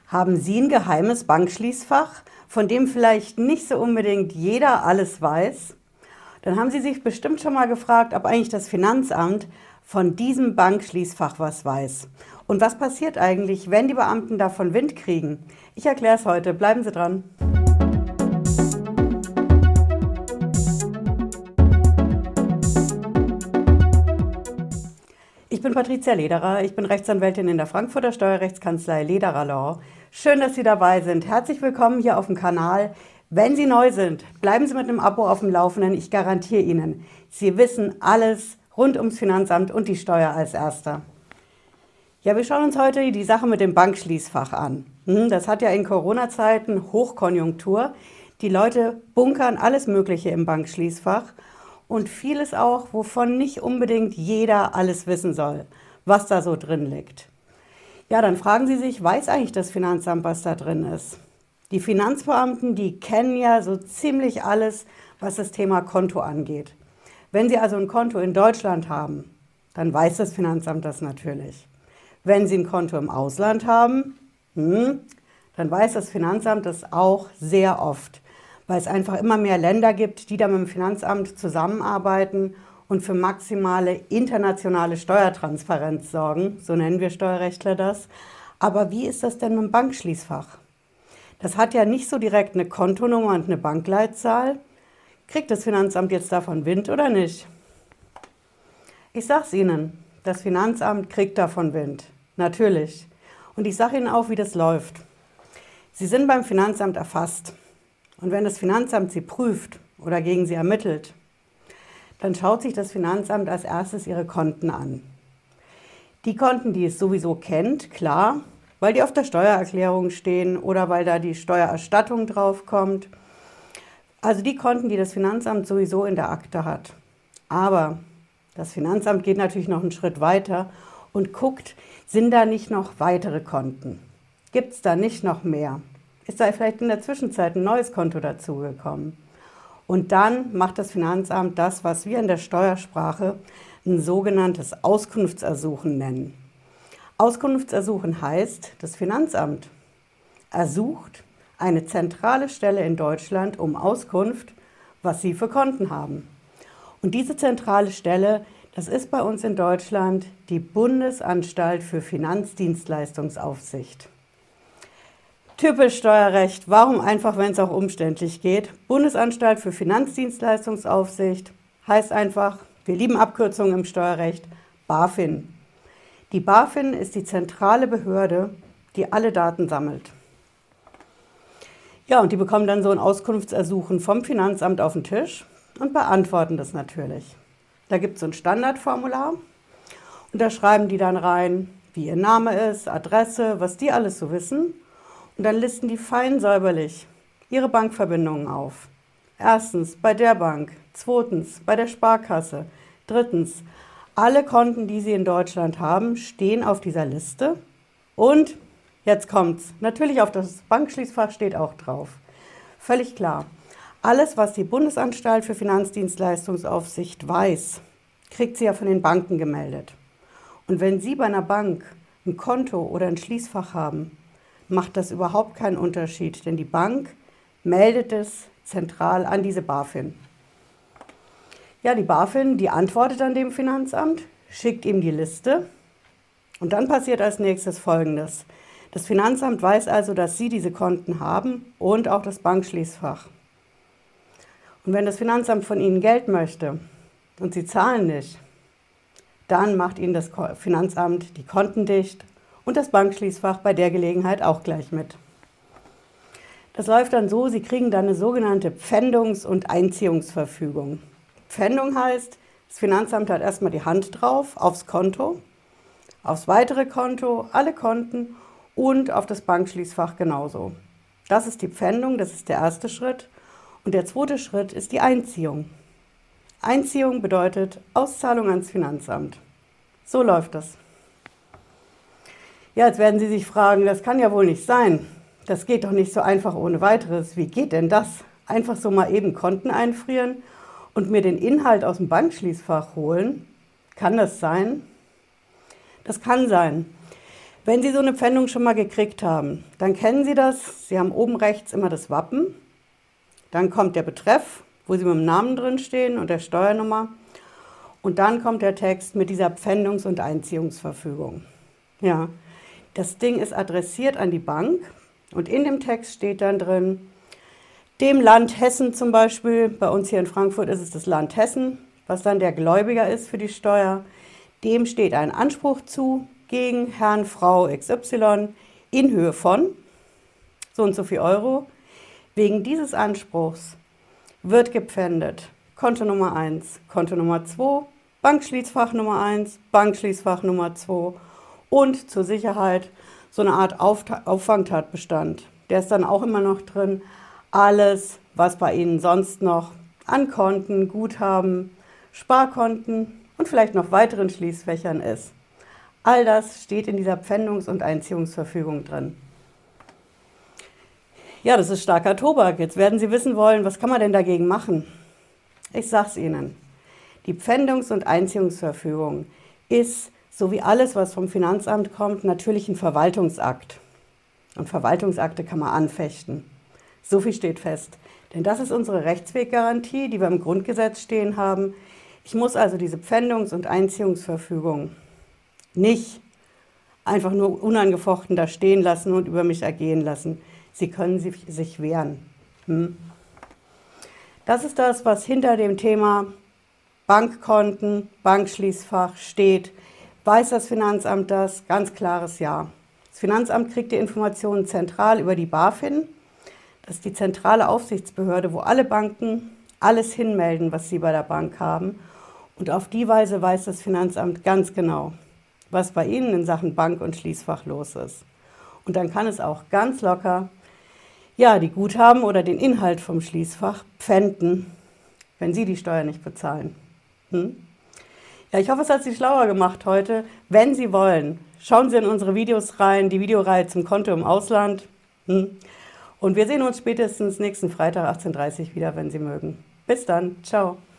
Haben Sie ein geheimes Bankschließfach, von dem vielleicht nicht so unbedingt jeder alles weiß? Dann haben Sie sich bestimmt schon mal gefragt, ob eigentlich das Finanzamt von diesem Bankschließfach was weiß. Und was passiert eigentlich, wenn die Beamten davon Wind kriegen? Ich erkläre es heute. Bleiben Sie dran. Ich bin Patricia Lederer, ich bin Rechtsanwältin in der Frankfurter Steuerrechtskanzlei Lederer Law. Schön, dass Sie dabei sind. Herzlich willkommen hier auf dem Kanal. Wenn Sie neu sind, bleiben Sie mit einem Abo auf dem Laufenden. Ich garantiere Ihnen, Sie wissen alles rund ums Finanzamt und die Steuer als Erster. Ja, wir schauen uns heute die Sache mit dem Bankschließfach an. Das hat ja in Corona-Zeiten Hochkonjunktur. Die Leute bunkern alles Mögliche im Bankschließfach. Und vieles auch, wovon nicht unbedingt jeder alles wissen soll, was da so drin liegt. Ja, dann fragen Sie sich, weiß eigentlich das Finanzamt, was da drin ist? Die Finanzbeamten, die kennen ja so ziemlich alles, was das Thema Konto angeht. Wenn Sie also ein Konto in Deutschland haben, dann weiß das Finanzamt das natürlich. Wenn Sie ein Konto im Ausland haben, dann weiß das Finanzamt das auch sehr oft, weil es einfach immer mehr Länder gibt, die da mit dem Finanzamt zusammenarbeiten und für maximale internationale Steuertransparenz sorgen, so nennen wir Steuerrechtler das. Aber wie ist das denn mit dem Bankschließfach? Das hat ja nicht so direkt eine Kontonummer und eine Bankleitzahl. Kriegt das Finanzamt jetzt davon Wind oder nicht? Ich sag's Ihnen, das Finanzamt kriegt davon Wind, natürlich. Und ich sage Ihnen auch, wie das läuft. Sie sind beim Finanzamt erfasst. Und wenn das Finanzamt Sie prüft oder gegen Sie ermittelt, dann schaut sich das Finanzamt als erstes Ihre Konten an. Die Konten, die es sowieso kennt, klar, weil die auf der Steuererklärung stehen oder weil da die Steuererstattung draufkommt. Also die Konten, die das Finanzamt sowieso in der Akte hat. Aber das Finanzamt geht natürlich noch einen Schritt weiter und guckt, sind da nicht noch weitere Konten? Gibt es da nicht noch mehr? Ist da vielleicht in der Zwischenzeit ein neues Konto dazugekommen? Und dann macht das Finanzamt das, was wir in der Steuersprache ein sogenanntes Auskunftsersuchen nennen. Auskunftsersuchen heißt, das Finanzamt ersucht eine zentrale Stelle in Deutschland um Auskunft, was Sie für Konten haben. Und diese zentrale Stelle, das ist bei uns in Deutschland die Bundesanstalt für Finanzdienstleistungsaufsicht. Typisch Steuerrecht, warum einfach, wenn es auch umständlich geht? Bundesanstalt für Finanzdienstleistungsaufsicht heißt einfach, wir lieben Abkürzungen im Steuerrecht, BaFin. Die BaFin ist die zentrale Behörde, die alle Daten sammelt. Ja, und die bekommen dann so ein Auskunftsersuchen vom Finanzamt auf den Tisch und beantworten das natürlich. Da gibt es so ein Standardformular und da schreiben die dann rein, wie ihr Name ist, Adresse, was die alles so wissen. Und dann listen die fein säuberlich ihre Bankverbindungen auf. Erstens bei der Bank, zweitens bei der Sparkasse, drittens alle Konten, die sie in Deutschland haben, stehen auf dieser Liste. Und jetzt kommt's, natürlich auf das Bankschließfach steht auch drauf. Völlig klar. Alles, was die Bundesanstalt für Finanzdienstleistungsaufsicht weiß, kriegt sie ja von den Banken gemeldet. Und wenn Sie bei einer Bank ein Konto oder ein Schließfach haben, macht das überhaupt keinen Unterschied, denn die Bank meldet es zentral an diese BaFin. Ja, die BaFin, die antwortet an dem Finanzamt, schickt ihm die Liste und dann passiert als nächstes Folgendes. Das Finanzamt weiß also, dass Sie diese Konten haben und auch das Bankschließfach. Und wenn das Finanzamt von Ihnen Geld möchte und Sie zahlen nicht, dann macht Ihnen das Finanzamt die Konten dicht und das Bankschließfach bei der Gelegenheit auch gleich mit. Das läuft dann so, Sie kriegen dann eine sogenannte Pfändungs- und Einziehungsverfügung. Pfändung heißt, das Finanzamt hat erstmal die Hand drauf aufs Konto, aufs weitere Konto, alle Konten und auf das Bankschließfach genauso. Das ist die Pfändung, das ist der erste Schritt. Und der zweite Schritt ist die Einziehung. Einziehung bedeutet Auszahlung ans Finanzamt. So läuft das. Ja, jetzt werden Sie sich fragen, das kann ja wohl nicht sein. Das geht doch nicht so einfach ohne weiteres. Wie geht denn das? Einfach so mal eben Konten einfrieren und mir den Inhalt aus dem Bankschließfach holen? Kann das sein? Das kann sein. Wenn Sie so eine Pfändung schon mal gekriegt haben, dann kennen Sie das. Sie haben oben rechts immer das Wappen. Dann kommt der Betreff, wo Sie mit dem Namen drin stehen und der Steuernummer. Und dann kommt der Text mit dieser Pfändungs- und Einziehungsverfügung. Ja, das Ding ist adressiert an die Bank und in dem Text steht dann drin, dem Land Hessen zum Beispiel, bei uns hier in Frankfurt ist es das Land Hessen, was dann der Gläubiger ist für die Steuer, dem steht ein Anspruch zu gegen Herrn, Frau XY in Höhe von so und so viel Euro. Wegen dieses Anspruchs wird gepfändet Konto Nummer 1, Konto Nummer 2, Bankschließfach Nummer 1, Bankschließfach Nummer 2 und zur Sicherheit so eine Art Auffangtatbestand. Der ist dann auch immer noch drin. Alles, was bei Ihnen sonst noch an Konten, Guthaben, Sparkonten und vielleicht noch weiteren Schließfächern ist. All das steht in dieser Pfändungs- und Einziehungsverfügung drin. Ja, das ist starker Tobak. Jetzt werden Sie wissen wollen, was kann man denn dagegen machen? Ich sag's Ihnen. Die Pfändungs- und Einziehungsverfügung ist, so wie alles, was vom Finanzamt kommt, natürlich ein Verwaltungsakt. Und Verwaltungsakte kann man anfechten. So viel steht fest. Denn das ist unsere Rechtsweggarantie, die wir im Grundgesetz stehen haben. Ich muss also diese Pfändungs- und Einziehungsverfügung nicht einfach nur unangefochten da stehen lassen und über mich ergehen lassen. Sie können sich wehren. Das ist das, was hinter dem Thema Bankkonten, Bankschließfach steht. Weiß das Finanzamt das? Ganz klares Ja. Das Finanzamt kriegt die Informationen zentral über die BaFin. Das ist die zentrale Aufsichtsbehörde, wo alle Banken alles hinmelden, was sie bei der Bank haben. Und auf die Weise weiß das Finanzamt ganz genau, was bei Ihnen in Sachen Bank und Schließfach los ist. Und dann kann es auch ganz locker, ja, die Guthaben oder den Inhalt vom Schließfach pfänden, wenn Sie die Steuer nicht bezahlen. Ja, ich hoffe, es hat Sie schlauer gemacht heute. Wenn Sie wollen, schauen Sie in unsere Videos rein, die Videoreihe zum Konto im Ausland. Und wir sehen uns spätestens nächsten Freitag 18:30 Uhr wieder, wenn Sie mögen. Bis dann. Ciao.